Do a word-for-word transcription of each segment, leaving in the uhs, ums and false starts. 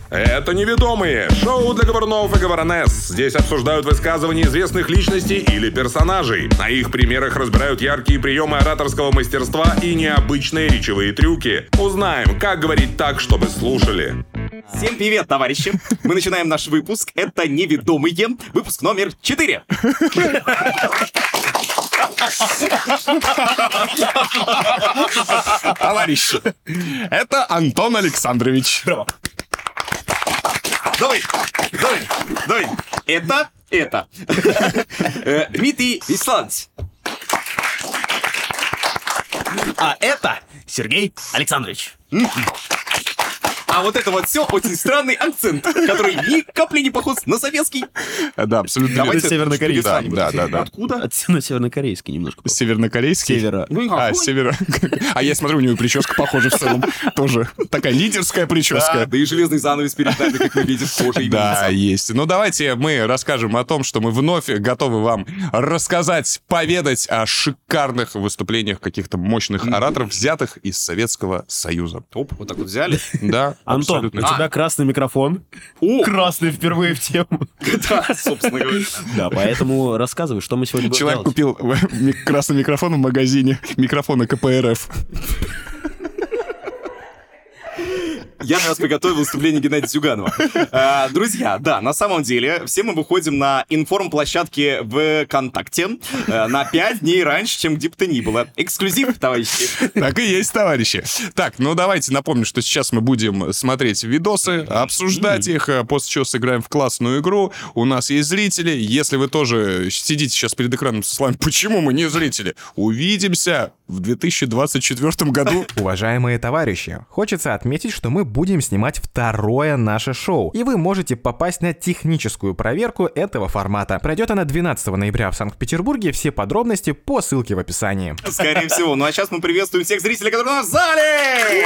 Это «Неведомые» — шоу для говорунов и говоронесс. Здесь обсуждают высказывания известных личностей или персонажей. На их примерах разбирают яркие приемы ораторского мастерства и необычные речевые трюки. Узнаем, как говорить так, чтобы слушали. Всем привет, товарищи! Мы начинаем наш выпуск. Это «Неведомые». Выпуск номер четыре. Товарищи, это Антон Александрович. Браво. Давай, давай, давай. Это, это. Э, Дмитрий Висланович. А это Сергей Александрович. А вот это вот все очень странный акцент, который ни капли не похож на советский. Да, абсолютно. Давайте Это севернокорейский. Да, да, да, да. Откуда? От на севернокорейский немножко. Севернокорейский? Севера. Ну и А, какой? севера. А я смотрю, у него прическа похожа в целом. Тоже такая лидерская Да, прическа. да и железный занавес перед нами, как мы видим, тоже Да, имеется. есть. Ну, давайте мы расскажем о том, что мы вновь готовы вам рассказать, поведать о шикарных выступлениях каких-то мощных ораторов, взятых из Советского Союза. Оп, вот так вот взяли. Да, Антон, абсолютно. у тебя красный микрофон. О, Красный впервые в тему. да, собственно говоря. Да, поэтому рассказывай, что мы сегодня будем Человек делать. купил ми- красный микрофон в магазине микрофона ка пэ эр эф. Я для вас приготовил выступление Геннадия Зюганова. А, друзья, да, на самом деле, все мы выходим на информплощадке ВКонтакте э, на пять дней раньше, чем где бы то ни было. Эксклюзив, товарищи. Так и есть, товарищи. Так, ну давайте напомню, что сейчас мы будем смотреть видосы, обсуждать их, а после чего сыграем в классную игру. У нас есть зрители. Если вы тоже сидите сейчас перед экраном со словами «Почему мы не зрители?», увидимся в две тысячи двадцать четвёртом году. Уважаемые товарищи, хочется отметить, что мы будем снимать второе наше шоу, и вы можете попасть на техническую проверку этого формата. Пройдет она двенадцатого ноября в Санкт-Петербурге, все подробности по ссылке в описании. Скорее всего. Ну а сейчас мы приветствуем всех зрителей, которые у нас в зале!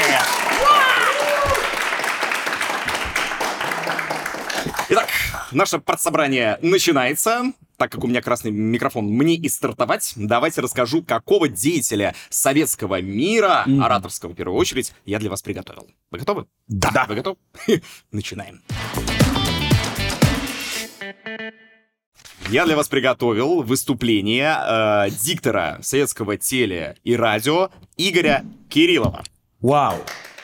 Итак, наше партсобрание начинается. Так как у меня красный микрофон, мне и стартовать. Давайте расскажу, какого деятеля советского мира, mm-hmm. ораторского в первую очередь, я для вас приготовил. Вы готовы? Да. Да. Вы готовы? Начинаем. Я для вас приготовил выступление э, диктора советского теле и радио Игоря Кириллова. Вау.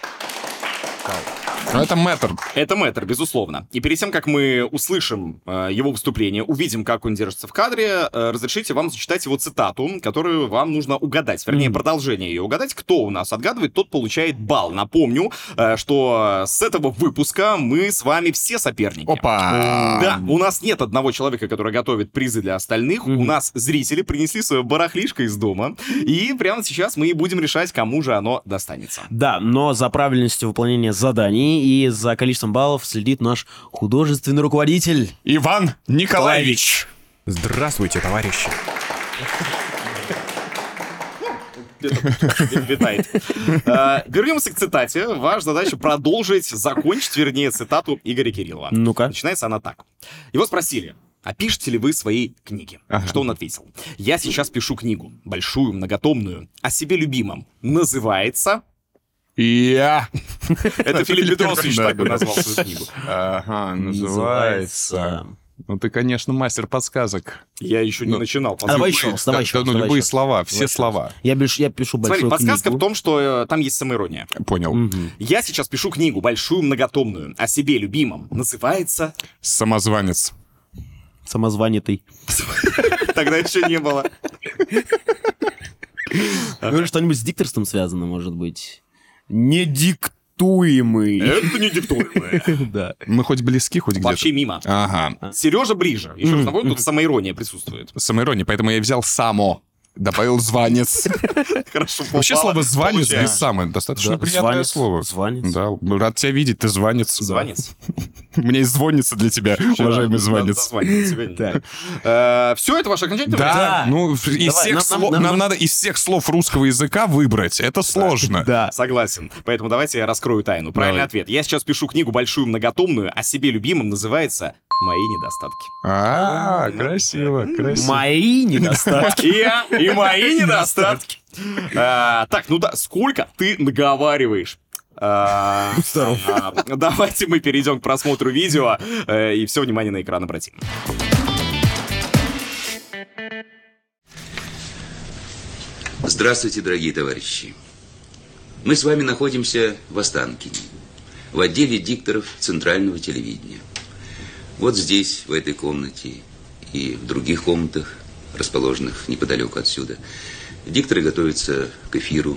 Ну, это мэтр. Это мэтр, безусловно. И перед тем, как мы услышим э, его выступление, увидим, как он держится в кадре, э, разрешите вам зачитать его цитату, которую вам нужно угадать. Вернее, mm. продолжение ее угадать. Кто у нас отгадывает, тот получает балл. Напомню, э, что с этого выпуска мы с вами все соперники. Опа! Да, у нас нет одного человека, который готовит призы для остальных. Mm-hmm. У нас зрители принесли свое барахлишко из дома. И прямо сейчас мы и будем решать, кому же оно достанется. Да, но за правильностью выполнения заданий и за количеством баллов следит наш художественный руководитель Иван Николаевич. Здравствуйте, товарищи. Витает. А, вернемся к цитате. Ваша задача продолжить, закончить, вернее, цитату Игоря Кириллова. Ну-ка. Начинается она так. Его спросили: а пишете ли вы свои книги? Ага. Что он ответил? Я сейчас пишу книгу, большую, многотомную, о себе любимом. Называется... Я. Это Филипп Петросович Да, так бы да. назвал свою книгу. Ага, называется... Ну, ты, конечно, мастер подсказок. Я еще не Ну, начинал. А давай Послушай. еще, давай Да, еще. ну, давай любые еще. слова, все Давай еще. слова. Я, пишу, я пишу большую Смотри, подсказка книгу. в том, что э, там есть самоирония. Понял. Мгм. Я сейчас пишу книгу, большую, многотомную, о себе любимом. Называется... Самозванец. Самозванитый. Тогда еще не было. Ну или что-нибудь с дикторством связано, может быть. Недиктуемый. Это не диктуемое. Да. Мы хоть близки, хоть где-то? Вообще мимо. Ага. Сережа ближе. Еще раз напомню, тут самоирония присутствует. Самоирония, поэтому я взял само. Добавил званец. Хорошо. Вообще попало. слово «званец» Получаем. без «самое» достаточно Да, приятное званец, слово. званец. Да, рад тебя видеть, ты званец. Званец. У меня есть звонница для тебя, уважаемый званец. Все, это ваше окончательное вариант? Да, Да. ну из Давай, всех нам- слов- нам- нам нам- надо из всех слов русского языка выбрать. Это сложно. Да. Согласен. Поэтому давайте я раскрою тайну. Правильный Давай. ответ. Я сейчас пишу книгу большую, многотомную, о себе любимом, называется «Мои недостатки». А, красиво, красиво. Мои недостатки. И я, и мои недостатки. А, Так, ну да, сколько ты наговариваешь? А, а, Давайте мы перейдем к просмотру видео э, и все внимание на экран обратим. Здравствуйте, дорогие товарищи. Мы с вами находимся в Останкине, в отделе дикторов Центрального телевидения. Вот здесь, в этой комнате и в других комнатах, расположенных неподалеку отсюда, дикторы готовятся к эфиру.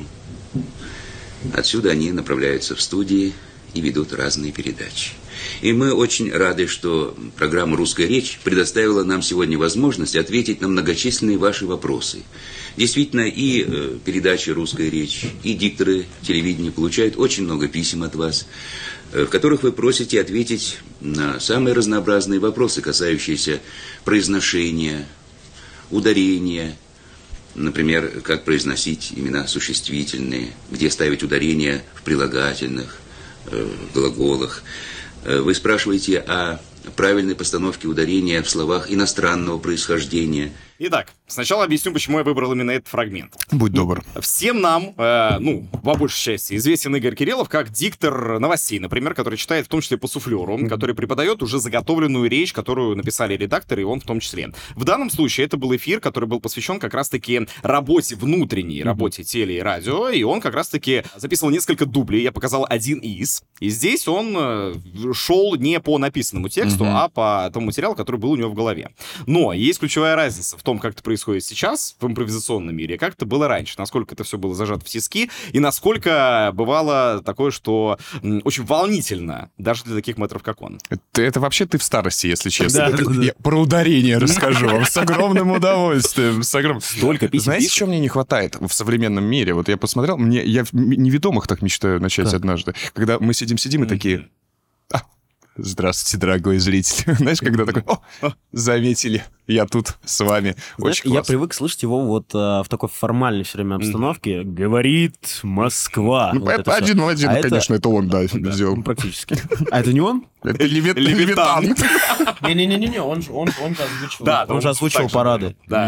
Отсюда они направляются в студии и ведут разные передачи. И мы очень рады, что программа «Русская речь» предоставила нам сегодня возможность ответить на многочисленные ваши вопросы. Действительно, и э, передача «Русская речь», и дикторы телевидения получают очень много писем от вас, э, в которых вы просите ответить на самые разнообразные вопросы, касающиеся произношения, ударения. Например, как произносить имена существительные, где ставить ударение в прилагательных, э, глаголах. Вы спрашиваете о правильной постановке ударения в словах иностранного происхождения. Итак, сначала объясню, почему я выбрал именно этот фрагмент. Будь добр. Всем нам, э, ну, по большей части, известен Игорь Кириллов как диктор новостей, например, который читает в том числе по суфлеру, mm-hmm. который преподает уже заготовленную речь, которую написали редакторы, и он в том числе. В данном случае это был эфир, который был посвящен как раз-таки работе внутренней, mm-hmm. работе теле и радио, и он как раз-таки записывал несколько дублей, я показал один из, и здесь он э, шел не по написанному тексту, mm-hmm. а по тому материалу, который был у него в голове. Но есть ключевая разница в том, как это происходит сейчас в импровизационном мире, как это было раньше, насколько это все было зажато в тиски, и насколько бывало такое, что м, очень волнительно, даже для таких мэтров, как он. Это, это вообще ты в старости, если честно. Да, Это, да, да. Я про ударение расскажу вам с огромным удовольствием. С огром... Столько писем. Знаете, пишут. чего мне не хватает в современном мире? Вот я посмотрел, мне, я в неведомых так мечтаю начать Как? однажды. Когда мы сидим-сидим и такие... «А, здравствуйте, дорогой зритель». Знаешь, когда такой, о, заметили, я тут с вами. Знаешь, Очень я классно. привык слышать его вот а, в такой формальной все время обстановке. Говорит Москва. Ну, Вот это всё. один в один, А это- конечно, это он, да, Ну, сделал. практически. А это не он? Это левит- Левитан. левитан. Не-не-не, он же он озвучивал. Да, он же озвучивал парады. Да.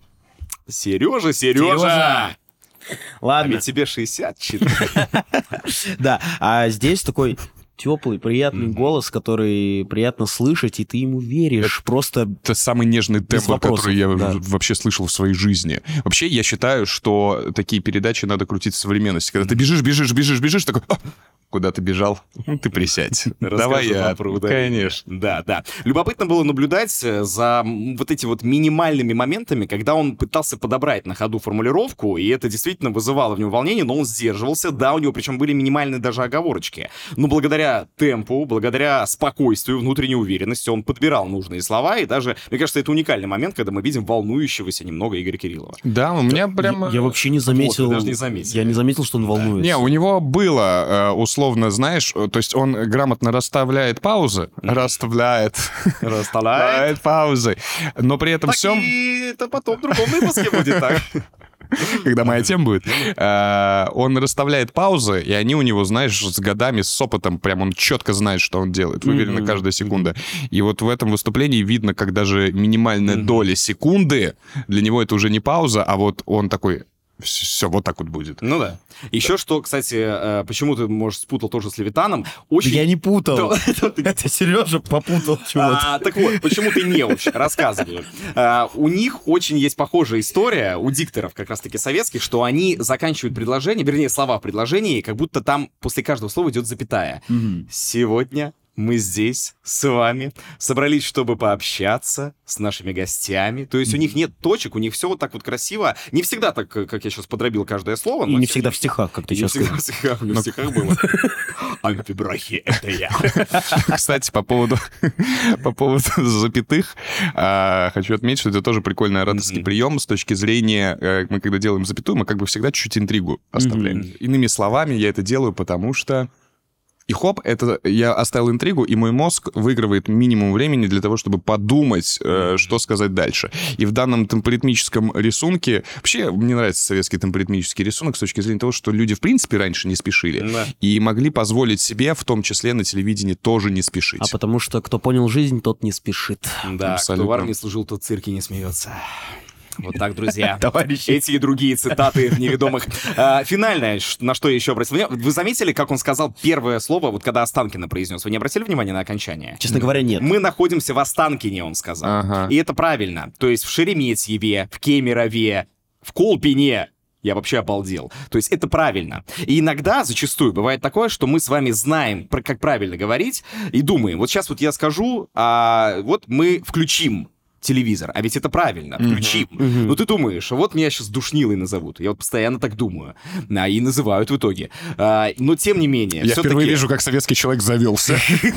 Сережа, Сережа! Сережа! А Ладно, ведь тебе шестьдесят четыре. да. А здесь такой теплый, приятный голос, который приятно слышать, и ты ему веришь. Просто Это самый нежный тембр, вопросов, который я да. вообще слышал в своей жизни. Вообще, я считаю, что такие передачи надо крутить в современности. Когда ты бежишь, бежишь, бежишь, бежишь, такой, «А, куда ты бежал? Ну, ты присядь. Давай Расскажу я. вам про ударение. Конечно. Да, да. Любопытно было наблюдать за м, вот эти вот минимальными моментами, когда он пытался подобрать на ходу формулировку, и это действительно вызывало в нем волнение, но он сдерживался. Да, у него причем были минимальные даже оговорочки. Но благодаря темпу, благодаря спокойствию, внутренней уверенности, он подбирал нужные слова, и даже, мне кажется, это уникальный момент, когда мы видим волнующегося немного Игоря Кириллова. Да, у меня прямо... я, я вообще не заметил. ты даже не заметил. Я не заметил, что он волнуется. Не, у него было, э, условно, знаешь, э, то есть он грамотно расставляет паузы, расставляет, Расставляет. расставляет паузы, но при этом Так всем... и это потом в другом выпуске будет так. когда моя тема будет, э, он расставляет паузы, и они у него, знаешь, с годами, с опытом, прям он четко знает, что он делает, выверена каждая секунда. И вот в этом выступлении видно, как даже минимальная доля секунды, для него это уже не пауза, а вот он такой... Все, вот так вот будет. Ну да. Еще что, кстати, э, почему ты, может, спутал тоже с Левитаном, очень... Я не путал. Да, это ты- Это Сережа попутал чего-то. А, так вот, почему ты не уч? Рассказываю. А, у них очень есть похожая история, у дикторов как раз-таки советских, что они заканчивают предложение, вернее, слова в предложении, как будто там после каждого слова идет запятая. Сегодня мы здесь с вами собрались, чтобы пообщаться с нашими гостями. То есть у них нет точек, у них все вот так вот красиво. Не всегда так, как я сейчас подробил каждое слово. И но не всё- всегда в стихах, как ты И не сейчас всегда сказал. в стихах, в стихах было. Амфибрахи, это я. Кстати, по поводу, по поводу запятых, а, хочу отметить, что это тоже прикольный ораторский прием с точки зрения, э, мы когда делаем запятую, мы как бы всегда чуть-чуть интригу оставляем. Иными словами, я это делаю, потому что... И хоп, это я оставил интригу, и мой мозг выигрывает минимум времени для того, чтобы подумать, э, что сказать дальше. И в данном темпоритмическом рисунке... Вообще, мне нравится советский темпоритмический рисунок с точки зрения того, что люди, в принципе, раньше не спешили. Да. И могли позволить себе, в том числе на телевидении, тоже не спешить. А потому что кто понял жизнь, тот не спешит. Да, кто Абсолютно. в армии служил, тот в цирке не смеется. Вот так, друзья. Товарищи. Эти и другие цитаты неведомых. А, финальное, ш- на что я еще обратил внимание. Вы заметили, как он сказал первое слово, вот когда Останкино произнес? Вы не обратили внимания на окончание? Честно говоря, нет. Мы находимся в Останкине, он сказал. Ага. И это правильно. То есть в Шереметьеве, в Кемерове, в Колпине. Я вообще обалдел. То есть это правильно. И иногда, зачастую, бывает такое, что мы с вами знаем, про- как правильно говорить, и думаем, вот сейчас вот я скажу, а вот мы включим телевизор, а ведь это правильно, включим. Ну ты думаешь, а вот меня сейчас душнилой назовут. Я вот постоянно так думаю. А, и называют в итоге. А, но тем не менее, Я всё-таки- впервые вижу, как советский человек завелся.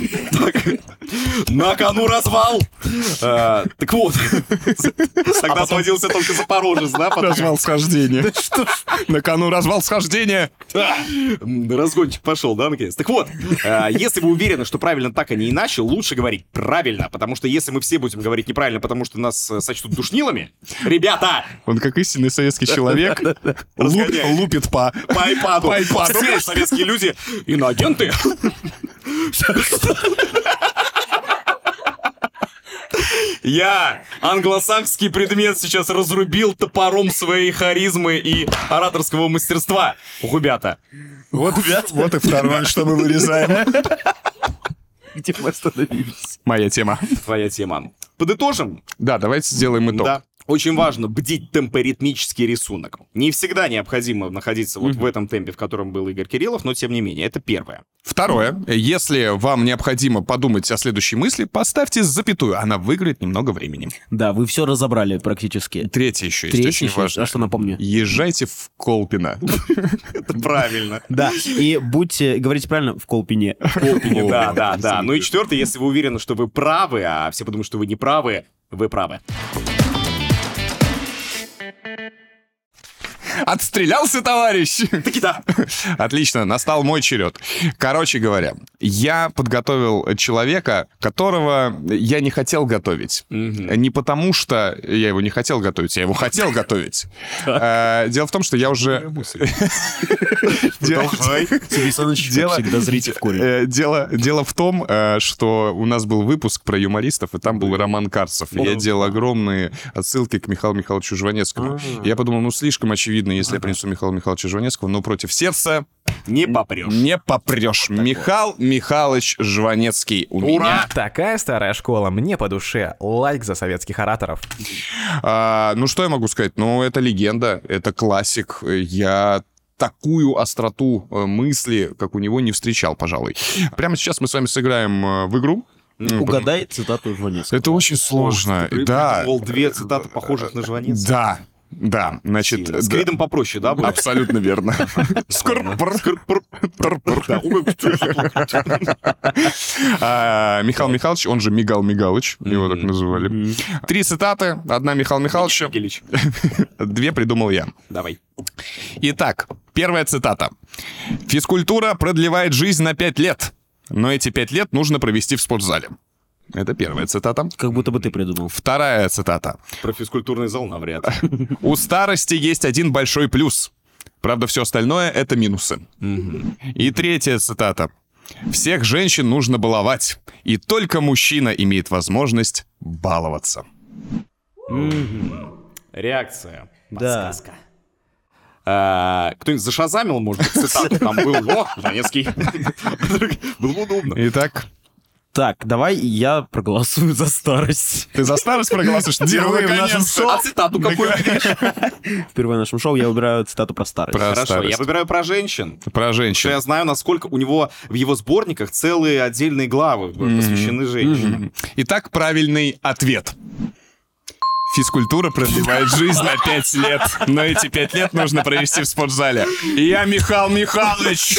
На кону развал! А, Так вот, А тогда сводился только Запорожец, да? потом- Развал схождения. На кону развал схождения. М, Разгончик пошел, да, наконец? Так вот, а, если вы уверены, что правильно так, а не иначе, лучше говорить правильно, потому что если мы все будем говорить неправильно, потому что нас э, сочтут душнилами, ребята, Он как истинный советский человек луп- Разгоняй. лупит по... по айпаду, По айпаду. все советские люди иноагенты. Я англосакский предмет сейчас разрубил топором своей харизмы и ораторского мастерства. Ребята. Вот, вот и второй, что мы вырезаем. Где мы остановились? Моя тема. Твоя тема. Подытожим? Да, давайте сделаем итог. Да. Очень важно бдить темпоритмический рисунок. Не всегда необходимо находиться вот в этом темпе, в котором был Игорь Кириллов, но тем не менее, это первое. Второе. Если вам необходимо подумать о следующей мысли, поставьте запятую. Она выиграет немного времени. Да, вы все разобрали практически. Третье еще есть, Третье очень еще, важно. а что напомню? Езжайте в Колпино. Это правильно. Да, и будьте, говорите правильно, в Колпине. Колпине, да, да, да. Ну и четвертое, если вы уверены, что вы правы, а все подумают, что вы не правы, вы правы. Отстрелялся, товарищ? Таки да. Отлично, настал мой черед. Короче говоря, я подготовил человека, которого я не хотел готовить. Не потому, что я его не хотел готовить, я его хотел готовить. Э, Дело в том, что я уже... Дело- Сергей Александрович, как Дело- всегда, зрите в корень. Э, Дело, дело в том, э, что у нас был выпуск про юмористов, и там был Роман Карцев. И я делал огромные отсылки к Михаилу Михайловичу Жванецкому. Я подумал, ну, слишком очевидно, если я принесу Михаила Михайловича Жванецкого, но против сердца Не попрешь. не попрешь. Михаил Михайлович Жванецкий у меня. Такая старая школа мне по душе. Лайк за советских ораторов. А, ну, что я могу сказать? Ну, это легенда, это классик. Я такую остроту э, мысли, как у него, не встречал, пожалуй. Прямо сейчас мы с вами сыграем э, в игру. Угадай цитату Жванецкого. Это очень сложно. Ты Да, придумал две цитаты, похожих на Жванецкого. да, да. Значит, С да. Кридом попроще, да, будет? Абсолютно верно. Скрпр. Да, ой, А, Михаил Михайлович, он же Мигал Мигалыч, его так называли. Три цитаты, одна Михаила Михайловича, Ильич, две придумал я. давай. Итак, первая цитата. «Физкультура продлевает жизнь на пять лет, но эти пять лет нужно провести в спортзале». Это первая цитата. Как будто бы ты придумал. Вторая цитата. Про физкультурный зал навряд ли. «У старости есть один большой плюс. Правда, все остальное — это минусы». И третья цитата. «Всех женщин нужно баловать, и только мужчина имеет возможность баловаться». Реакция. Да. Подсказка. А, кто-нибудь зашазамил, может быть, цитату? Там был, о, Жванецкий. Было бы удобно. Итак, Так, давай я проголосую за старость. ты за старость проголосуешь? Впервые в нашем шоу. А цитату какую выберешь? Впервые в нашем шоу я выбираю цитату про старость. Про Хорошо, старость. я выбираю про женщин. Про Потому что женщин. я знаю, насколько у него в его сборниках целые отдельные главы посвящены женщинам. Итак, правильный ответ. Физкультура продлевает жизнь на пять лет, но эти пять лет нужно провести в спортзале. И я Михаил Михайлович.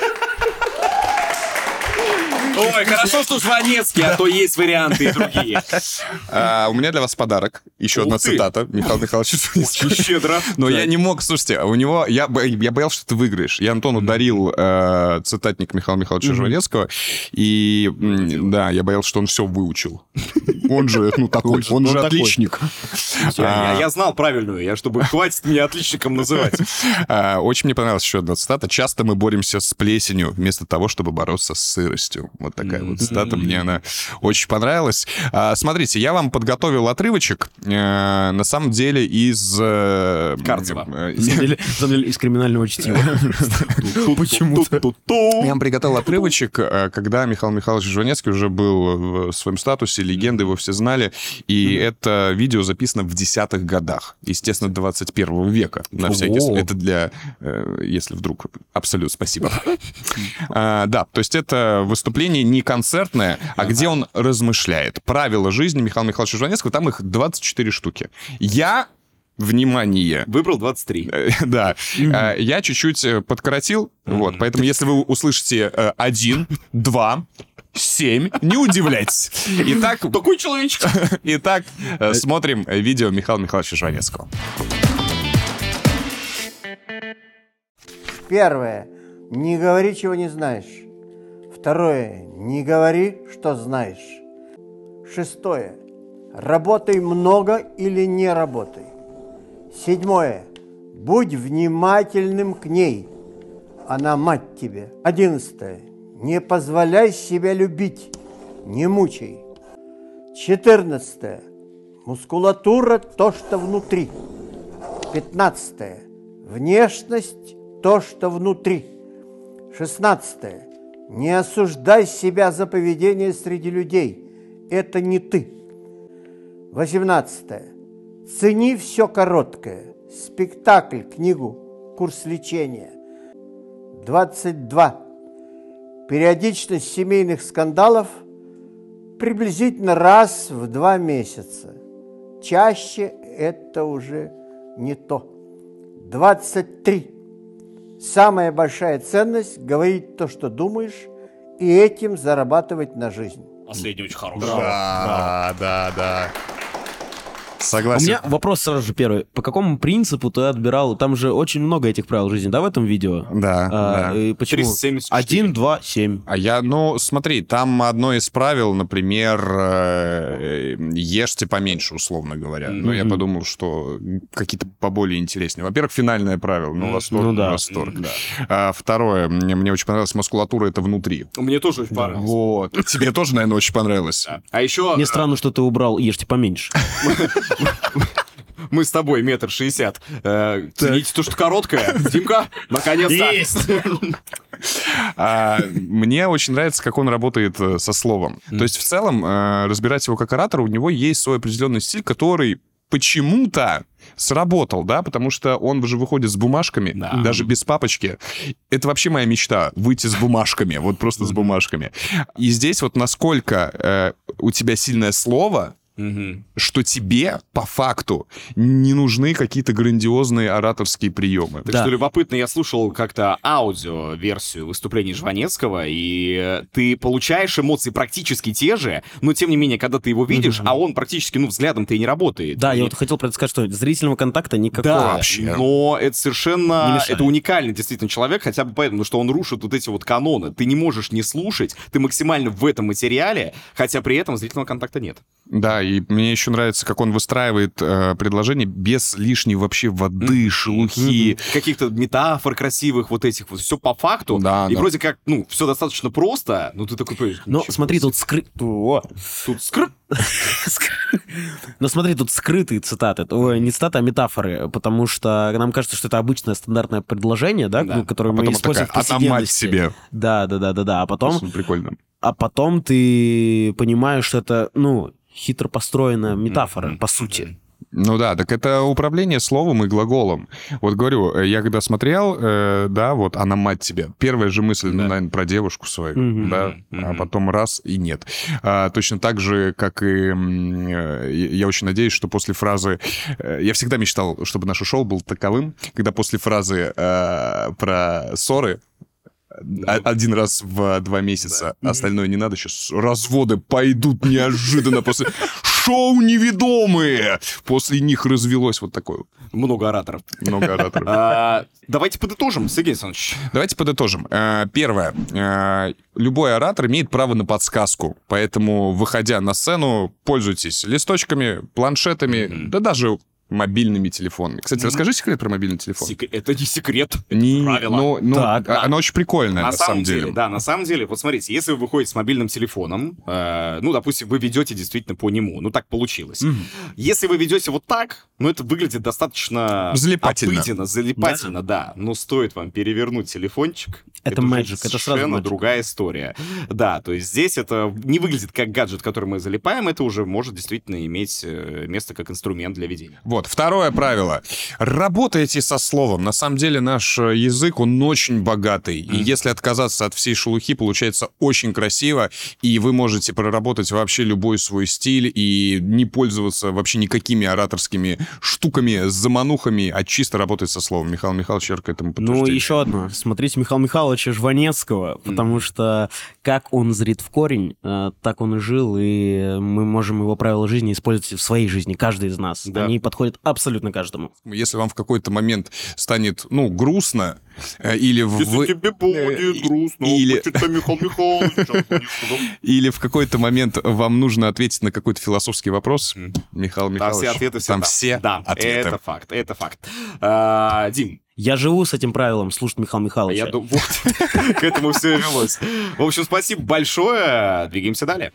Ой, хорошо, что Жванецкий, а то есть варианты и другие. А, у меня для вас подарок. Еще Ух одна ты. цитата. Михаил Михайлович. Очень щедро. Но я не мог, слушайте, у него, я, бо- я боялся, что ты выиграешь. Я Антону дарил э, цитатник Михаила Михайловича Жванецкого, и м, да, я боялся, что он все выучил. Он же, ну такой, он же такой. отличник. Я, я знал правильную, я чтобы хватит меня отличником называть. А, Очень мне понравилась еще одна цитата. «Часто мы боремся с плесенью, вместо того, чтобы бороться с сыростью». Вот Вот такая вот цитата, мне она очень понравилась. А, смотрите, я вам подготовил отрывочек, э, на самом деле, из... Э, Карцева. э, На самом деле, на самом деле, из криминального чтива. Почему-то. Я вам приготовил отрывочек, э, когда Михаил Михайлович Жванецкий уже был в своем статусе, легенды, его все знали, и это видео записано в десятых годах, естественно, двадцать первого века, на всякий случай. Это для, э, если вдруг... Абсолют, спасибо. А, да, то есть это выступление не концертное, а где он размышляет. Правила жизни Михаила Михайловича Жванецкого, там их двадцать четыре штуки. Я... Внимание. Выбрал двадцать три. Да. Я чуть-чуть подкоротил, вот, поэтому если вы услышите один, два, семь, не удивляйтесь. Итак, Такой человечек. Итак, смотрим видео Михаила Михайловича Жванецкого. Первое. Не говори, чего не знаешь. Второе. Не говори, что знаешь. Шестое. Работай много или не работай. Седьмое. Будь внимательным к ней. Она мать тебе. Одиннадцатое. Не позволяй себя любить. Не мучай. Четырнадцатое. Мускулатура – то, что внутри. Пятнадцатое. Внешность – то, что внутри. Шестнадцатое. Не осуждай себя за поведение среди людей. Это не ты. Восемнадцатое. Цени все короткое. Спектакль, книгу, курс лечения. Двадцать два. Периодичность семейных скандалов приблизительно раз в два месяца. Чаще это уже не то. Двадцать три. Самая большая ценность – говорить то, что думаешь, и этим зарабатывать на жизнь. Последний очень хороший. Да, да, да. У Согласен. меня вопрос сразу же первый. По какому принципу ты отбирал? Там же очень много этих правил жизни, да, в этом видео? Да, А, да. и почему? триста семьдесят четыре. Один, два, семь. А я, ну, смотри, там одно из правил, например, э, ешьте поменьше, условно говоря. Ну, я подумал, что какие-то поболее интереснее. Во-первых, финальное правило, ну, восторг, ну да. восторг. А второе, мне, мне очень понравилась мускулатура, это внутри. Мне тоже очень понравилось. Вот. Тебе тоже, наверное, очень понравилось. А еще Мне странно, что ты убрал «Ешьте поменьше». мы с тобой метр шестьдесят. Э, Цените то, что короткое. Димка, наконец-то. Есть! А, мне очень нравится, как он работает э, со словом. Mm. То есть, в целом, э, разбирать его как оратора, у него есть свой определенный стиль, который почему-то сработал, да, потому что он же выходит с бумажками, Да. даже без папочки. Это вообще моя мечта — выйти с бумажками, вот просто с бумажками. И здесь вот насколько э, у тебя сильное слово, Мгм. что тебе, по факту, не нужны какие-то грандиозные ораторские приемы. Так Да. что любопытно, я слушал как-то аудио-версию выступлений Жванецкого, и э, ты получаешь эмоции практически те же, но тем не менее, когда ты его видишь, а он практически, ну, взглядом-то и не работает. Да, И- я вот хотел про это сказать, что зрительного контакта никакого. Да, вообще. но это Не совершенно... мешает. Это уникальный действительно человек, хотя бы поэтому, что он рушит вот эти вот каноны. Ты не можешь не слушать, ты максимально в этом материале, хотя при этом зрительного контакта нет. Да, и мне еще нравится, как он выстраивает э, предложение без лишней вообще воды, шелухи. Каких-то метафор красивых вот этих вот. Все по факту. Да, и да. вроде как, ну, все достаточно просто, но ты такой... понимаешь, Но ничего смотри, себе. тут скры... О, Тут скрып. Но смотри, тут скрытые цитаты. Ой, не цитаты, а метафоры. Потому что нам кажется, что это обычное стандартное предложение, да, Да. ну, которое А мы потом используем такая, в «А на мать повседневности. себе». Да, да, да, да, да. А потом, Очень прикольно. а потом ты понимаешь, что это, ну, хитро построенная метафора, по сути. Ну да, так это управление словом и глаголом. Вот говорю, э, я когда смотрел, э, да, вот «она мать тебе», первая же мысль, ну, наверное, про девушку свою, Мгм. да, Мгм. а потом раз и нет. А, точно так же, как и м, э, я очень надеюсь, что после фразы... э, Я всегда мечтал, чтобы наше шоу было таковым, когда после фразы э, про ссоры о- один раз в два месяца, остальное не надо, сейчас разводы пойдут неожиданно после... Шоу «Неведомые». После них развелось вот такое. Много ораторов. Много ораторов. А, Давайте подытожим, Сергей Александрович. Давайте подытожим. Э, Первое. Э, Любой оратор имеет право на подсказку. Поэтому, выходя на сцену, пользуйтесь листочками, планшетами, да даже мобильными телефонами. Кстати, расскажи секрет про мобильный телефон. Сек- Это не секрет. Не, правило. но, но Так, а- да. оно очень прикольное, на, На самом деле, да, на самом деле, вот смотрите, если вы выходите с мобильным телефоном, э, ну, допустим, вы ведете действительно по нему, ну, так получилось. Если вы ведете вот так, ну, это выглядит достаточно Залипательно. обыденно, залипательно, да. Но стоит вам перевернуть телефончик, Это уже magic, это сразу совершенно magic. другая история. Да, то есть здесь это не выглядит как гаджет, который мы залипаем, это уже может действительно иметь э, место как инструмент для ведения. Вот, второе правило. Работайте со словом. На самом деле наш э, язык, он очень богатый. И если отказаться от всей шелухи, получается очень красиво. И вы можете проработать вообще любой свой стиль и не пользоваться вообще никакими ораторскими штуками, заманухами, а чисто работать со словом. Михаил Михайлович Черк этому Ну, подтверждение. еще одно. Смотрите Михаила Михайловича Жванецкого, потому что как он зрит в корень, э, так он и жил, и мы можем его правила жизни использовать в своей жизни, каждый из нас. Да. Они подходят абсолютно каждому. Если вам в какой-то момент станет, ну, грустно, э, или в... Если вы- тебе будет грустно, или- почитай Михаил Михайлович. Или в какой-то момент вам нужно ответить на какой-то философский вопрос, Михаил Там Михайлович. все ответы все Там да. все Да, ответы. это факт, это факт. А, Дим, Я живу с этим правилом, слушать Михаила Михайловича. я думаю, вот, к этому все и велось. В общем, спасибо большое. Двигаемся далее.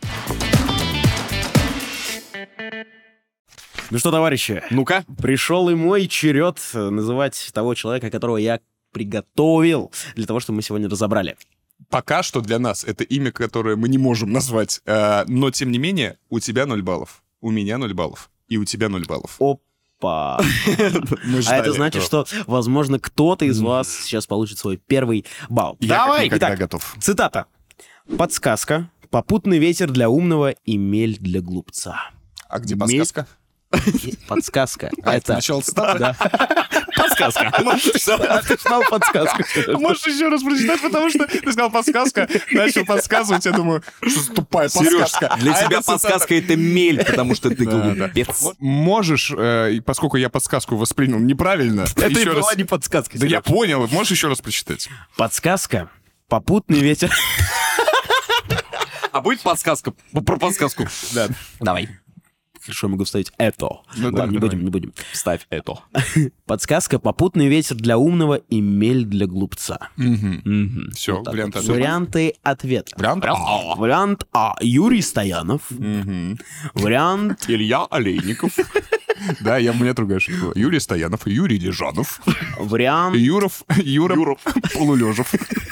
Ну что, товарищи, Ну-ка. пришел и мой черед э, называть того человека, которого я приготовил для того, чтобы мы сегодня разобрали. Пока что для нас это имя, которое мы не можем назвать. э, но, тем не менее, у тебя ноль баллов, у меня ноль баллов, и у тебя ноль баллов. Опа! Мы А ждали это значит, этого. что, возможно, кто-то из вас сейчас получит свой первый балл. Я как Давай, никогда итак. готов. Цитата. «Подсказка. Попутный ветер для умного и мель для глупца». А где Ми- подсказка? Подсказка. А, это Это... начало цитаты? Да. Подсказка. Ты знал подсказку. Можешь еще раз прочитать, потому что ты сказал подсказка, начал подсказывать, я думаю, что за тупая подсказка. Для А тебя это цитата. подсказка — это мель, потому что ты Да, да. глупец. Можешь, э, и поскольку я подсказку воспринял неправильно, Это и еще была раз... не подсказка. Да я Серёж. понял, можешь еще раз прочитать? Подсказка. Попутный ветер... А будет подсказка про подсказку? Да. Давай. Хорошо, я могу вставить это. Ну Ладно, да, не давай. будем, не будем. Ставь это. Подсказка. Попутный ветер для умного и мель для глупца. Мгм. Все, Вот так вариант вот. ответа. Варианты ответа. Вариант А. Вариант А. Юрий Стоянов. Вариант... Илья Олейников. Да, я, у меня другая шутка. Юрий Стоянов, Юрий Лежанов, Вариант... Юров, Юра Полулежев.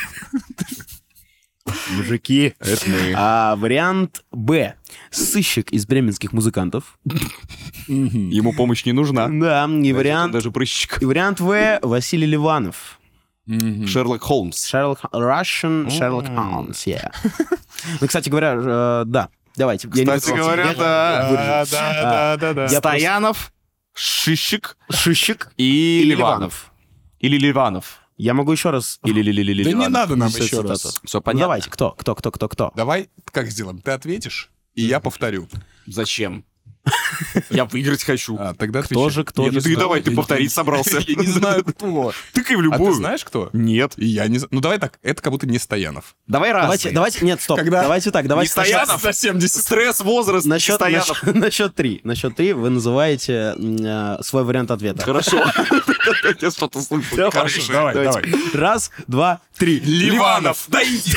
Мужики. Это мы. А, вариант Б. Сыщик из бременских музыкантов. Ему помощь не нужна. Да, и вариант... Даже прыщик. И вариант В. Василий Ливанов. Шерлок Холмс. Шерлок... Russian Sherlock Holmes, yeah. Ну, кстати говоря, э, да. Давайте. Я не Кстати пытался- говоря, я- да. Да, да, да, да. Я Стоянов, Шишик Сыщик и и Ливанов. Или Ливанов. Я могу еще раз... Или ли ли ли Да не надо нам еще Цитату. раз. Все Ну, понятно. давайте, кто, кто, кто, кто, кто? Давай, как сделаем? Ты ответишь, и я повторю. Зачем? Я выиграть хочу. А, тогда Кто отвечай. же, кто Я же, не Ты знаю. давай, ты Я- повторить собрался. Я не знаю, кто. Тыкай в А любую. ты знаешь, кто? Нет. И я не знаю. Ну, давай так. Это как будто не Стоянов. Давай раз. Давайте, давайте, нет, стоп. Когда? Давайте так, давайте Не Стоянов? За семьдесят. Стресс, возраст, На счет, на, Стоянов. счет, на счет три. На счет три вы называете м, э, свой вариант ответа. Хорошо. Я что-то слышу. Хорошо, давай, давай. Раз, два, три. Ливанов. Да иди.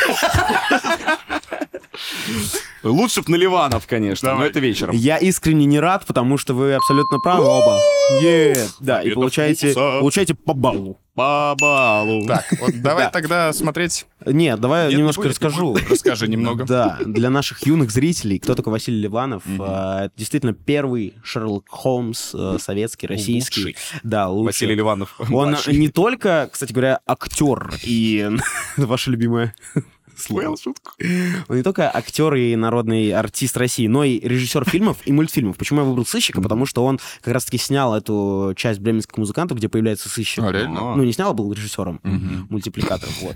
Лучше б на Ливанов, конечно, но Давай. это вечером. Я искренне не рад, потому что вы абсолютно правы оба. Е, Да, и Это получаете, вкусно. получаете по баллу. По балу. Так, вот давай Да. тогда смотреть. Нет, давай я Нет, немножко не будет, не расскажу. будет. Расскажи немного. Да, для наших юных зрителей, кто такой Василий Ливанов, э, это действительно первый Шерлок Холмс э, советский, российский. Лучший. Да, лучший. Василий Ливанов. Он младший. не только, кстати говоря, актер и ваше любимое слово. Понял шутку? Он не только актер и народный артист России, но и режиссер фильмов и мультфильмов. Почему я выбрал «Сыщика»? Потому что он как раз-таки снял эту часть «Бременских музыкантов», где появляется сыщик. А, реально? Ну, не снял, а был режиссером, мультипликатором, вот.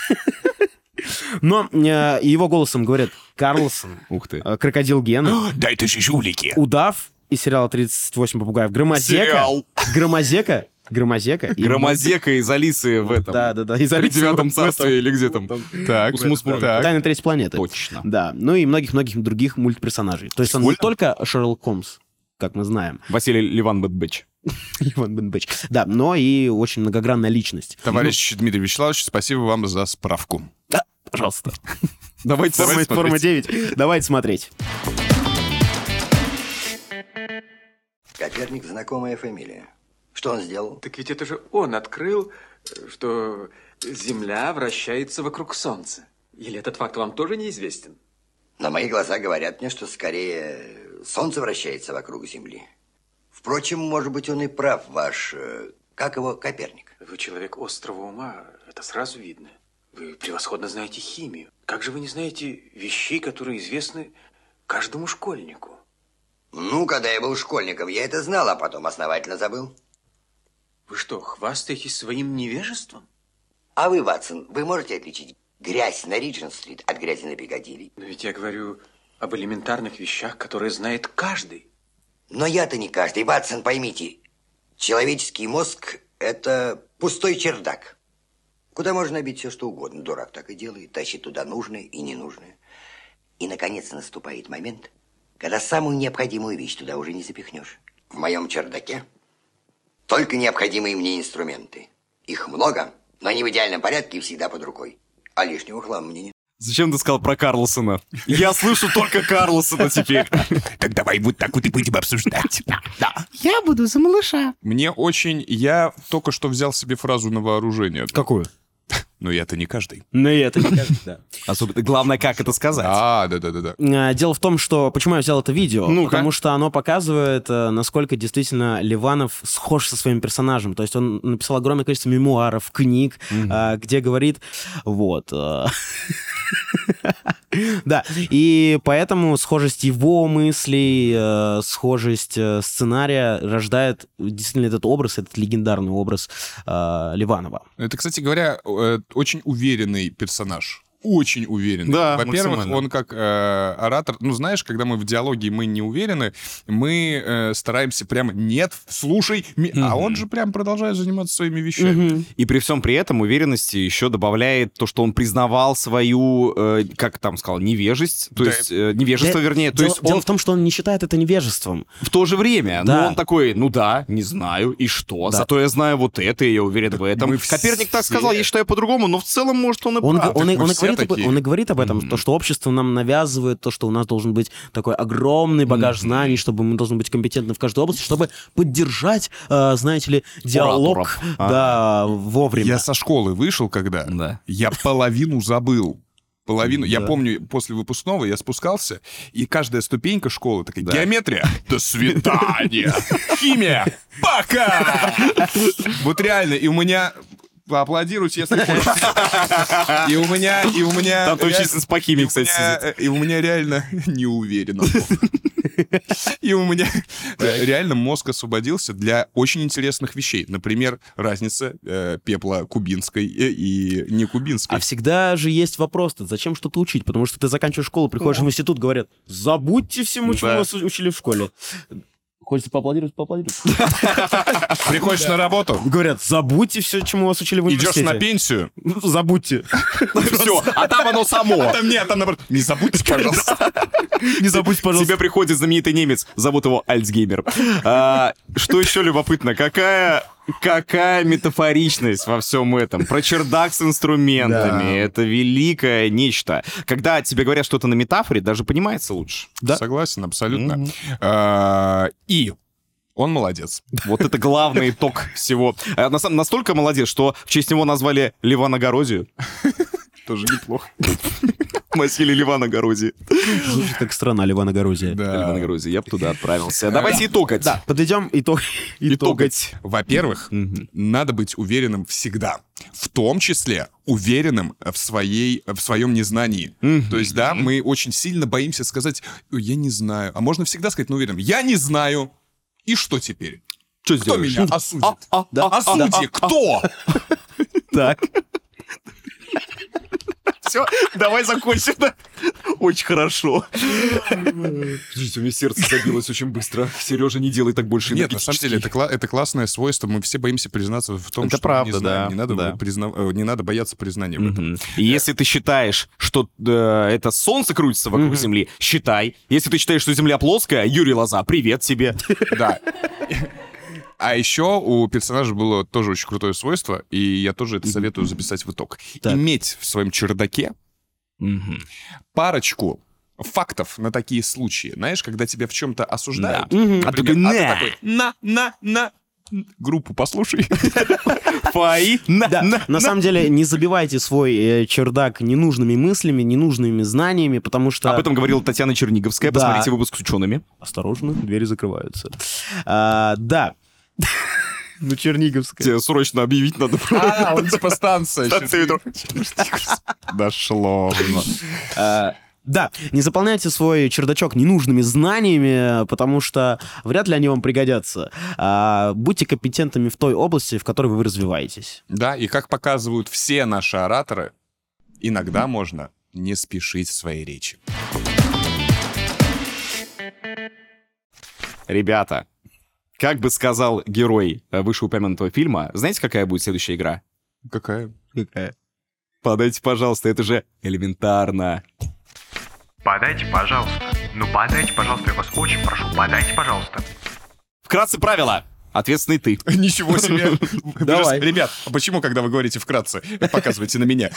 Но э, его голосом говорят Карлсон, Ух ты. э, Крокодил Гена, Дай ты жулики. Удав из сериала тридцать восемь попугаев, Громозека, Сериал. Громозека, Громозека. и- Громозека из Алисы в этом. Да, да, да. Из При Алисы девятом в этом. царстве или где там. Так, Усмус-мур. так. Тайна третьей планеты. Точно. Да, ну и многих-многих других мультперсонажей. То есть он не Сколько? только Шерлок Холмс, как мы знаем. Василий Ливан Бэтбэч. Иван Бенбеч. Да, но и очень многогранная личность. Товарищ Дмитрий Вячеславович, спасибо вам за справку. Да, пожалуйста. Давайте Форма, смотреть. форма девять. Давайте смотреть. Коперник — знакомая фамилия. Что он сделал? Так ведь это же он открыл, что Земля вращается вокруг Солнца. Или этот факт вам тоже неизвестен? На мои глаза говорят мне, что скорее Солнце вращается вокруг Земли. Впрочем, может быть, он и прав, ваш... э, Как его, Коперник? Вы человек острого ума, это сразу видно. Вы превосходно знаете химию. Как же вы не знаете вещей, которые известны каждому школьнику? Ну, когда я был школьником, я это знал, а потом основательно забыл. Вы что, хвастаетесь своим невежеством? А вы, Ватсон, вы можете отличить грязь на Риджент-стрит от грязи на Пикадилли? Но ведь я говорю об элементарных вещах, которые знает каждый. Но я-то не каждый. Ватсон, поймите, человеческий мозг – это пустой чердак. Куда можно набить все, что угодно. Дурак так и делает, тащит туда нужное и ненужное. И, наконец, наступает момент, когда самую необходимую вещь туда уже не запихнешь. В моем чердаке только необходимые мне инструменты. Их много, но они в идеальном порядке и всегда под рукой. А лишнего хлама мне не... Зачем ты сказал про Карлсона? Я слышу только Карлсона теперь. Так давай вот так вот и будем обсуждать. Да. Я буду за малыша. Мне очень... Я только что взял себе фразу на вооружение. Какую? Но я-то не каждый. Ну, и это не каждый, да. Особенно, главное, как это сказать. А, да-да-да-да. А, Дело в том, что... Почему я взял это видео? Ну-ка. Потому что оно показывает, э, насколько действительно Ливанов схож со своим персонажем. То есть он написал огромное количество мемуаров, книг, э, где говорит... Вот... э, Да, и поэтому схожесть его мыслей, э, схожесть э, сценария рождает действительно этот образ, этот легендарный образ э, Ливанова. Это, кстати говоря, э, очень уверенный персонаж. Очень уверенный. Да, Во-первых, максимально. он как э, оратор... Ну, знаешь, когда мы в диалоге, мы не уверены, мы э, стараемся прямо «нет, слушай», ми-». А он же прям продолжает заниматься своими вещами. И при всем при этом уверенности еще добавляет то, что он признавал свою, э, как там сказал, невежесть, то Да. есть э, невежество, Де- вернее. То дело, есть дело он в том, что он не считает это невежеством. в то же время, Да. ну он такой, ну да, не знаю, и что? Да. Зато я знаю вот это, и я уверен в этом. мы Коперник так все- сказал, я считаю по-другому, но в целом, может, он и Он, прав. он, и- мы он и все говорит, об, такие. он и говорит об этом, то, что общество нам навязывает, то, что у нас должен быть такой огромный багаж знаний, чтобы мы должны быть компетентны в каждой области, чтобы поддержать, э, знаете ли, диалог Ораторов. да, вовремя. Я со школы вышел, когда Да. я половину забыл. Половину. Я Да. помню, после выпускного я спускался, и каждая ступенька школы такая: Да. геометрия, до свидания, химия, пока. Вот реально, и у меня... Поаплодируйте, если хочешь. И у меня, и у меня... Там твой реально- численность по химии, и у кстати, меня- сидит. И у меня реально не уверен. И у меня э, реально мозг освободился для очень интересных вещей. Например, разница э, пепла кубинской э, и не кубинской. А всегда же есть вопрос-то, зачем что-то учить? Потому что ты заканчиваешь школу, приходишь в институт, говорят, забудьте всему, чему Да. вас учили в школе. Хочется поаплодировать, поаплодировать. Приходишь на работу, Говорят, забудьте все, чему вас учили в идешь университете. на пенсию. Ну, забудьте. Все, а там оно само. Там нет, там наоборот. Не забудьте, пожалуйста. Не забудьте, пожалуйста. Тебе приходит знаменитый немец, зовут его Альцгеймер. А, что еще любопытно, какая... Какая метафоричность во всем этом. Про чердак с инструментами. Да. Это великое нечто. Когда тебе говорят что-то на метафоре, даже понимается лучше. Да. Согласен, абсолютно. А, И он молодец. Вот это главный итог всего. А, на самом- Настолько молодец, что в честь него назвали Леван Огородию. Тоже неплохо. Василий Леван Огородий. Звучит как страна Ливана Горозия. Да. Леван Огородий, я бы туда отправился. Давайте итогать. Да, подведем итог. Итогать. Во-первых, надо быть уверенным всегда. В том числе уверенным в, своей, в своем незнании. То есть, да, мы очень сильно боимся сказать: «Ой, я не знаю». А можно всегда сказать, ну, уверенным: я не знаю. И что теперь? Что Кто сделаешь? меня осудит? А, а, Да, а, осудите, кто? Так. Все, давай закончим. да? Очень хорошо. Подождите, у меня сердце забилось очень быстро. Сережа, не делай так больше. Нет, на самом деле, это, кла- это классное свойство. Мы все боимся признаться в том, Это что мы правда, не знаем. да, Не надо, да. призна- э, не надо бояться признания в этом. Мгм. И если ты считаешь, что э, это солнце крутится вокруг Земли, считай. Если ты считаешь, что Земля плоская, Юрий Лоза, привет тебе. Да. А еще у персонажа было тоже очень крутое свойство, и я тоже это советую записать в итог. Так. Иметь в своем чердаке парочку фактов на такие случаи. Знаешь, когда тебя в чем-то осуждают. Да. например, А ты такой, ты «На». такой, на, на, на. Группу послушай. Фаи, на, Да, на, на самом деле не забивайте свой э, чердак ненужными мыслями, ненужными знаниями, потому что... Об этом говорила Татьяна Черниговская. Да. Посмотрите выпуск с учеными. Осторожно, двери закрываются. А, да. Ну, Черниговская. Тебе срочно объявить надо. А, он типа станция. Станция метро. Дошло. А, Да, не заполняйте свой чердачок ненужными знаниями, потому что вряд ли они вам пригодятся. А, будьте компетентными в той области, в которой вы развиваетесь. Да, и как показывают все наши ораторы, иногда можно не спешить в своей речи. Ребята, как бы сказал герой э, вышеупомянутого фильма, знаете, какая будет следующая игра? Какая? Какая? Подайте, пожалуйста, это же элементарно. Подайте, пожалуйста. Ну, подайте, пожалуйста, я вас очень прошу, подайте, пожалуйста. Вкратце правила. Ответственный ты. Ничего себе. Давай. Ребят, а почему, когда вы говорите вкратце, показывайте на меня?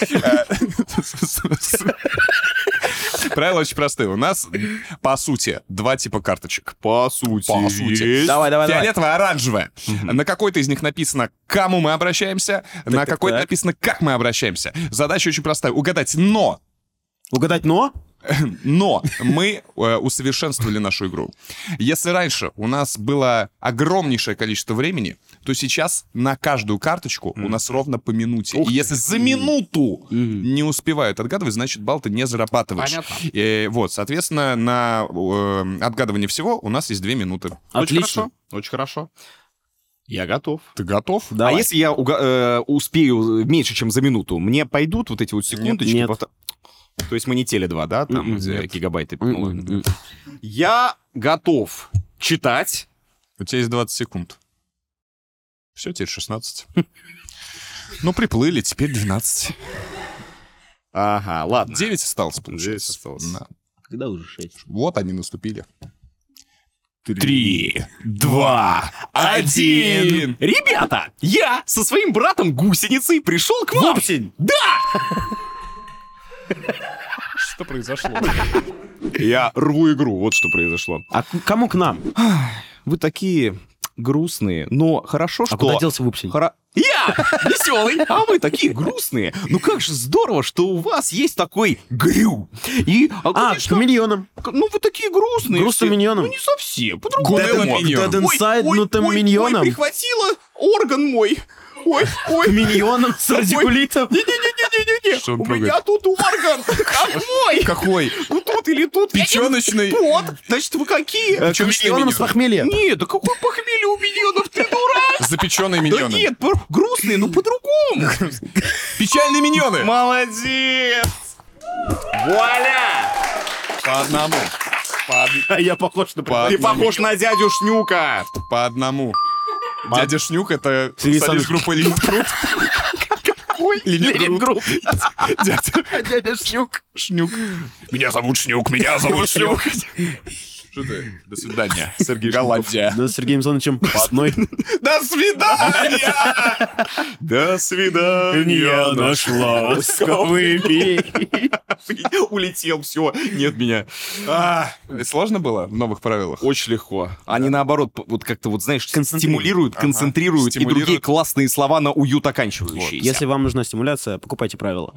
Правила очень простые. У нас, по сути, два типа карточек. По сути. По сути. Давай, давай, давай. Фиолетовая, оранжевая. На какой-то из них написано, к кому мы обращаемся, на так, какой-то так. написано, как мы обращаемся. Задача очень простая. Угадать, но... Угадать «но»? Но мы э, усовершенствовали нашу игру. Если раньше у нас было огромнейшее количество времени, то сейчас на каждую карточку у нас ровно по минуте. И если за минуту не успевают отгадывать, значит, балл ты не зарабатываешь. Понятно. Э, вот, соответственно, на э, отгадывание всего у нас есть две минуты. Очень Отлично. хорошо. Очень хорошо. Я готов. Ты готов? Давай. А если я уга- э, успею меньше, чем за минуту, мне пойдут вот эти вот секундочки? Нет. повтор- То есть мы не теле два, да? Там М-м, где нет. гигабайты. Ну, ладно. М-м-м. Я готов читать. У тебя есть двадцать секунд. Все, теперь шестнадцать. Ну, приплыли, теперь двенадцать. Ага, ладно. девять осталось, получается. девять осталось. Да. Когда уже шесть? Вот они наступили. Три, два, один. Ребята, я со своим братом гусеницей пришел к вам. Вупсень! Да! Что произошло? Я рву игру, вот что произошло. А к- кому к нам? Вы такие грустные, но хорошо, что... А куда делся Вупсень? Хоро- Я веселый, а вы такие грустные. Ну как же здорово, что у вас есть такой грю. И, а, А, к конечно, миньонам. к- ну вы такие грустные. Грустным все. миньонам? Ну не совсем, по-другому. Гунелла Ой, миньон. Dead Inside, ой, ну там ой, миньоном. Ой, прихватила орган мой. Ой, ой. К миньонам с радикулитом. Не-не-не-не-не-не. Что он У трогает? меня тут орган. Какой? Какой? Ну тут или тут. Я не- Печёночный. Вот. Значит, вы какие? К миньонам с похмелья. Нет, да какой похмелье у миньонов, ты дурак? Запеченные Да миньоны. нет, пор- грустные, но по-другому. Печальные миньоны. Молодец! Вуаля! По одному. По, од- А я похож на... по Ты одному. похож на дядю Шнюка. По одному. Дядя Шнюк — это Сергей солист Александрович. группы Ленинград. Какой? Ленинград. Дядя Дядя Шнюк. Шнюк. Меня зовут Шнюк, меня зовут Шнюк. Что ты? До свидания, Сергей Голландия. Да, с Сергеем Александровичем по одной. До свидания! До свидания, наш ласковый Улетел, все, нет меня. А, Сложно было в новых правилах? Очень легко. Они наоборот, п- вот как-то вот, знаешь, Концентрируют. стимулируют, Ага. концентрируют и Стимулируют. другие классные слова на уют оканчивающиеся. Если вам нужна стимуляция, покупайте правила.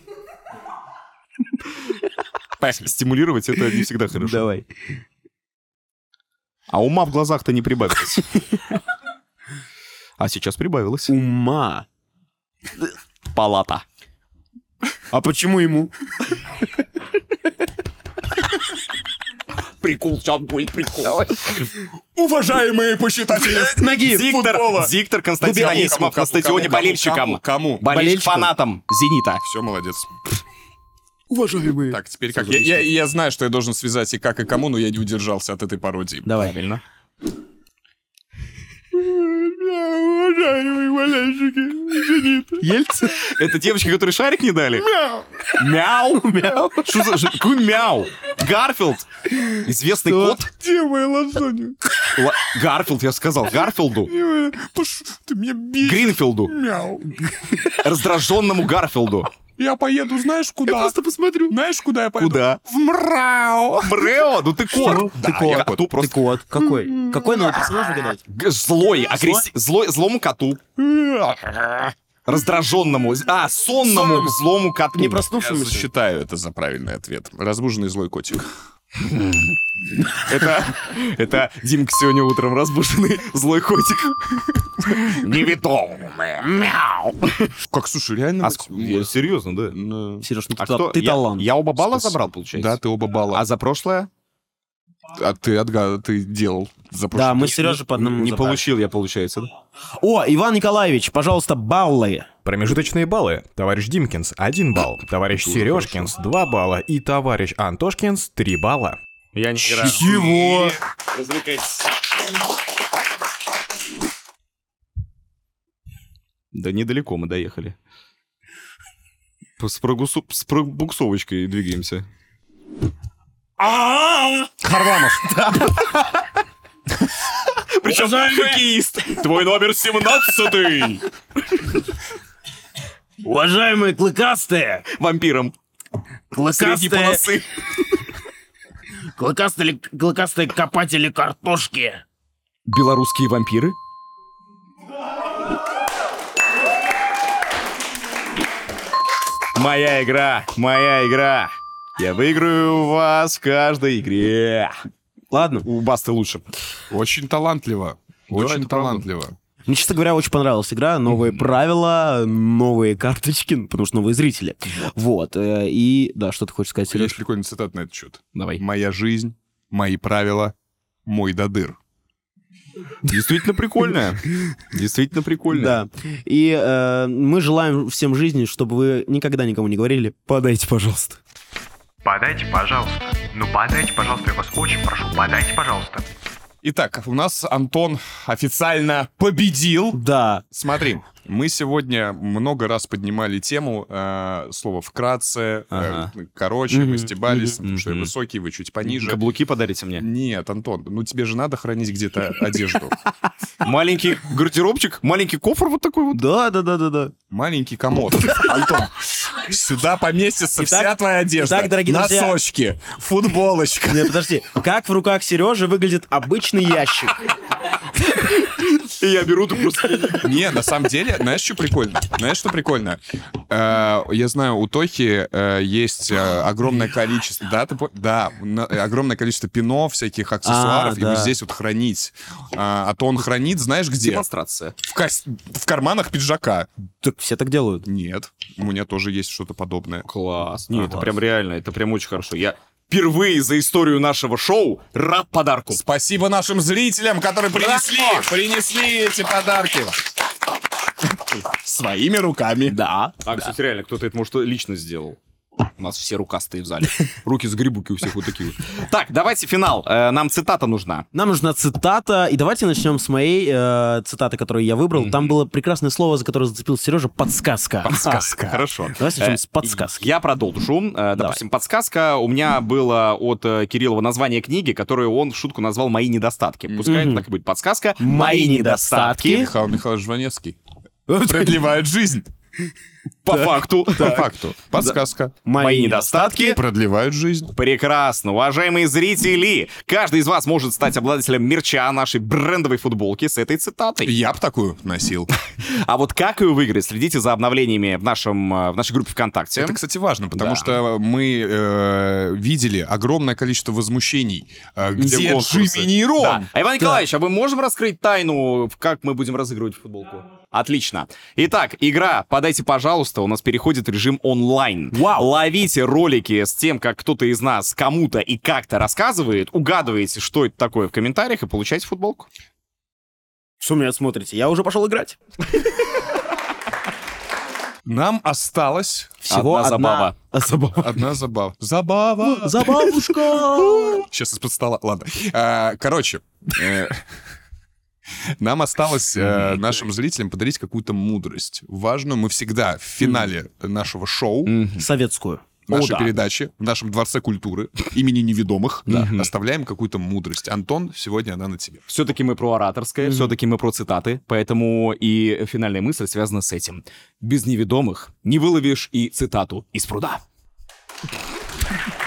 Стимулировать это не всегда хорошо. Давай. А ума в глазах-то не прибавилось. А сейчас прибавилось. Ума. Палата. А почему ему? Прикол, сейчас будет прикол. Уважаемые почитатели Ноги. Диктор, диктор Константин Кому, Анисимов кому, на стадионе кому, кому, болельщикам. кому? Болельщик Болельщикам? фанатам Зенита. Все, молодец. Уважаемые. Так, теперь как? Я, я- я знаю, что я должен связать и как, и кому, но я не удержался от этой пародии. Давай. Правильно. Уважаемые болельщики, Зенит. Ельцин? Это девочки, которые шарик не дали? Мяу. Мяу. Мяу. Что за... ж- Какой мяу? Гарфилд. Известный кот. Где моя лазанья? Ла- Гарфилд, я сказал. Гарфилду. Ты меня бесишь. Гринфилду. Мяу. Раздраженному Гарфилду. Я поеду, знаешь, куда? Я просто посмотрю. Знаешь, куда я поеду? Куда? В Мрау. Мрео? Ну ты кот. Ты Да, я кот. коту Ты просто... кот. Какой? Какой надо персонаж угадать? Г- Злой, агрессив... Злой, злому коту. Раздраженному, а, сонному злому коту. Не Я проснувшемуся. засчитаю это за правильный ответ. Разбуженный злой котик. Это, это Димка сегодня утром разбуженный злой котик. Неведомый. Мяу. Как, слушай, реально? А ск- я серьезно, да. Ну, Сереж, ну ты, А та- кто? ты Я- талант. Я оба балла Спасибо. забрал, получается? Да, ты оба балла. А за прошлое? А ты отгад... ты делал за прошлый Да, мы раз. с Сережей по одному Не забрали. получил я, получается, да? О, Иван Николаевич, пожалуйста, баллы. Промежуточные баллы. Товарищ Димкинс — один балл. Товарищ Сережкинс — два балла. И товарищ Антошкинс — три балла. Я не играю. Чего? Развлекайтесь. Да недалеко мы доехали. С, прогусу... с пробуксовочкой двигаемся. Харламов. Причем хоккеист. Твой номер семнадцатый. Уважаемые клыкастые, Вампиром. Средней клыкастые, полосы. клыкастые, клыкастые копатели картошки. Белорусские вампиры? Моя игра, моя игра. Я выиграю у вас в каждой игре. Ладно. У Басты лучше. Очень талантливо. Очень это правда. талантливо. Мне, честно говоря, очень понравилась игра. Новые правила, новые карточки, ну, потому что новые зрители. Вот. э, И, да, что ты хочешь сказать, Есть Сереж? прикольный цитат на этот счет. Давай. Моя жизнь, мои правила, мой додыр. Действительно прикольная. Действительно прикольная. Да. И э, мы желаем всем жизни, чтобы вы никогда никому не говорили: подайте, пожалуйста. Подайте, пожалуйста. Ну подайте, пожалуйста, я вас очень прошу, подайте, пожалуйста. Итак, у нас Антон официально победил. Да. Смотри, мы сегодня много раз поднимали тему э, слова «вкратце», Ага. э, короче, Мгм, мы стебались, мгм. что я высокий, вы чуть пониже. Каблуки подарите мне. Нет, Антон, ну тебе же надо хранить где-то одежду. Маленький гардеробчик, маленький кофр вот такой вот. Да, да, да, да, да. Маленький комод. Антон, сюда поместится Итак- вся твоя одежда. итак, дорогие друзья- Носочки, футболочка. Нет, подожди. Как в руках Сережи выглядит обычный ящик? И я беру, ты просто... Не, на самом деле, знаешь, что прикольно? Знаешь, что прикольно? Э, Я знаю, у Тохи э, есть э, огромное количество... Да, ты по- да, на- э, огромное количество пинов, всяких аксессуаров, А, и да. вот здесь вот хранить. А а то он хранит, знаешь, где? Демонстрация. В, кос- в карманах пиджака. Так все так делают. Нет, у меня тоже есть что-то подобное. Класс. Не, это Класс. прям реально, это прям очень хорошо. Я впервые за историю нашего шоу рад подарку. Спасибо нашим зрителям, которые принесли, принесли эти подарки. Своими руками. Да. А, кстати, реально, кто-то это, может, лично сделал. У нас все рукастые в зале. Руки с грибуки у всех вот такие вот. Так, давайте финал. Э, Нам цитата нужна. Нам нужна цитата, и давайте начнем с моей э, цитаты, которую я выбрал. Там было прекрасное слово, за которое зацепил Сережа — подсказка. Подсказка. Хорошо. Давайте начнем Э, с подсказки. Я продолжу. Э, Допустим, подсказка у меня была от э, Кириллова название книги, которую он в шутку назвал «Мои недостатки». Пускай это так и будет подсказка. Мои недостатки. Михаил Михайлович Жванецкий. Продлевает жизнь. По факту. По факту. Подсказка. Мои недостатки. Продлевают жизнь. Прекрасно. Уважаемые зрители, каждый из вас может стать обладателем мерча нашей брендовой футболки с этой цитатой. Я б такую носил. А вот как ее выиграть, следите за обновлениями в, нашем, э, в нашей группе ВКонтакте. Это, кстати, важно, потому Да. что мы э, видели огромное количество возмущений. э, Где конкурсы. Джимми Нейрон? Да. А, Иван Николаевич, а мы можем раскрыть тайну, как мы будем разыгрывать футболку? Отлично. Итак, игра «Подайте, пожалуйста» у нас переходит в режим онлайн. Вау. Ловите ролики с тем, как кто-то из нас кому-то и как-то рассказывает, угадываете, что это такое в комментариях и получаете футболку. Что меня смотрите? Я уже пошел играть. Нам осталось Всего Одна забава. А, забава. одна забава. Забава! Забавушка! Сейчас из-под стола. Ладно. А, Короче, э, нам осталось э, нашим зрителям подарить какую-то мудрость. Важную. Мы всегда в финале нашего шоу Советскую. нашей да. передачи, в нашем Дворце культуры имени неведомых, оставляем какую-то мудрость. Антон, сегодня она на тебе. Все-таки мы про ораторское, все-таки мы про цитаты, поэтому и финальная мысль связана с этим. Без неведомых не выловишь и цитату из пруда.